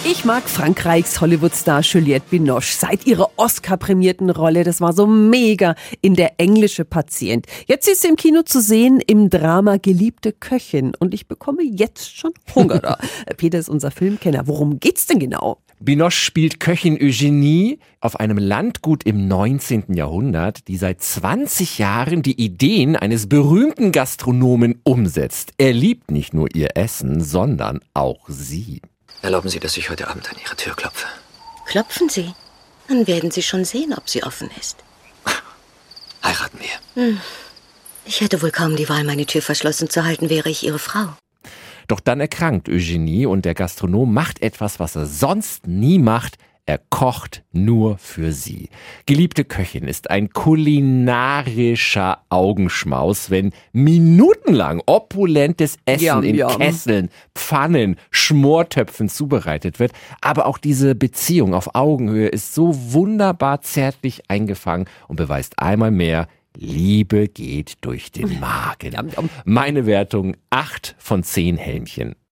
Ich mag Frankreichs Hollywood-Star Juliette Binoche. Seit ihrer Oscar-prämierten Rolle, das war so mega, in Der englische Patient. Jetzt ist sie im Kino zu sehen im Drama Geliebte Köchin. Und ich bekomme jetzt schon Hunger da. Peter ist unser Filmkenner. Worum geht's denn genau? Binoche spielt Köchin Eugenie auf einem Landgut im 19. Jahrhundert, die seit 20 Jahren die Ideen eines berühmten Gastronomen umsetzt. Er liebt nicht nur ihr Essen, sondern auch sie. Erlauben Sie, dass ich heute Abend an Ihre Tür klopfe. Klopfen Sie? Dann werden Sie schon sehen, ob sie offen ist. Heiraten wir. Ich hätte wohl kaum die Wahl, meine Tür verschlossen zu halten, wäre ich Ihre Frau. Doch dann erkrankt Eugenie und der Gastronom macht etwas, was er sonst nie macht. Er kocht nur für sie. Geliebte Köchin ist ein kulinarischer Augenschmaus, wenn minutenlang opulentes Essen in Kesseln, Pfannen, Schmortöpfen zubereitet wird. Aber auch diese Beziehung auf Augenhöhe ist so wunderbar zärtlich eingefangen und beweist einmal mehr, Liebe geht durch den Magen. Meine Wertung 8 von 10 Helmchen.